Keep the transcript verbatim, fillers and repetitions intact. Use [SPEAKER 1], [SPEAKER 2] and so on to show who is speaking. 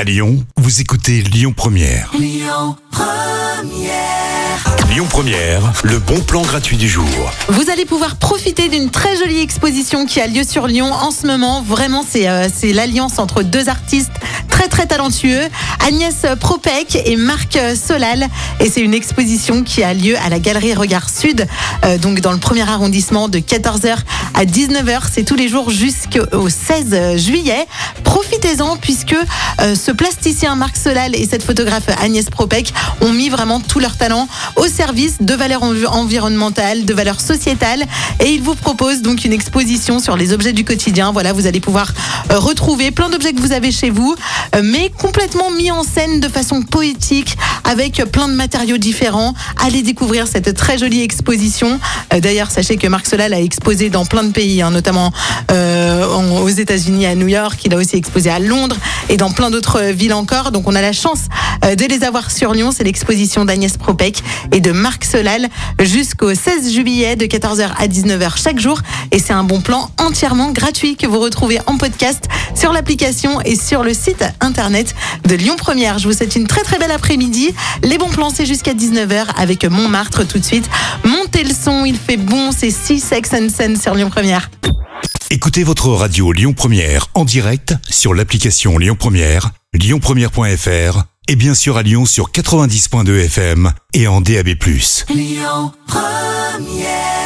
[SPEAKER 1] À Lyon, vous écoutez Lyon Première.
[SPEAKER 2] Lyon Première.
[SPEAKER 1] Lyon Première, le bon plan gratuit du jour.
[SPEAKER 3] Vous allez pouvoir profiter d'une très jolie exposition qui a lieu sur Lyon en ce moment. Vraiment, c'est, euh, c'est l'alliance entre deux artistes très très talentueux, Agnès Propec et Marc Solal. Et c'est une exposition qui a lieu à la Galerie Regard Sud, euh, donc dans le premier arrondissement, de quatorze heures à dix-neuf heures. C'est tous les jours jusqu'au seize juillet. Profitez-en puisque euh, ce plasticien Marc Solal et cette photographe Agnès Propec ont mis vraiment tout leur talent au service de valeurs env- environnementales, de valeurs sociétales. Et ils vous proposent donc une exposition sur les objets du quotidien. Voilà, vous allez pouvoir euh, retrouver plein d'objets que vous avez chez vous, euh, mais complètement mis en scène de façon poétique, avec plein de matériaux différents. Allez découvrir cette très jolie exposition. Euh, d'ailleurs, sachez que Marc Solal a exposé dans plein de pays, hein, notamment euh, en, aux États-Unis, à New York. Il a aussi exposé à Londres et dans plein d'autres villes encore. Donc on a la chance euh, de les avoir sur Lyon. C'est l'exposition d'Agnès Propec et de Marc Solal jusqu'au seize juillet de quatorze heures à dix-neuf heures chaque jour. Et c'est un bon plan entièrement gratuit que vous retrouvez en podcast sur l'application et sur le site internet de Lyon Première. Je vous souhaite une très très belle après-midi. Les bons plans, c'est jusqu'à dix-neuf heures avec Montmartre tout de suite. Montez le son, il fait bon, c'est six Sex and Sen sur Lyon Première.
[SPEAKER 1] Écoutez votre radio Lyon Première en direct sur l'application Lyon Première, lyon première point f r et bien sûr à Lyon sur quatre-vingt-dix point deux F M et en D A B plus.
[SPEAKER 2] Lyon Première.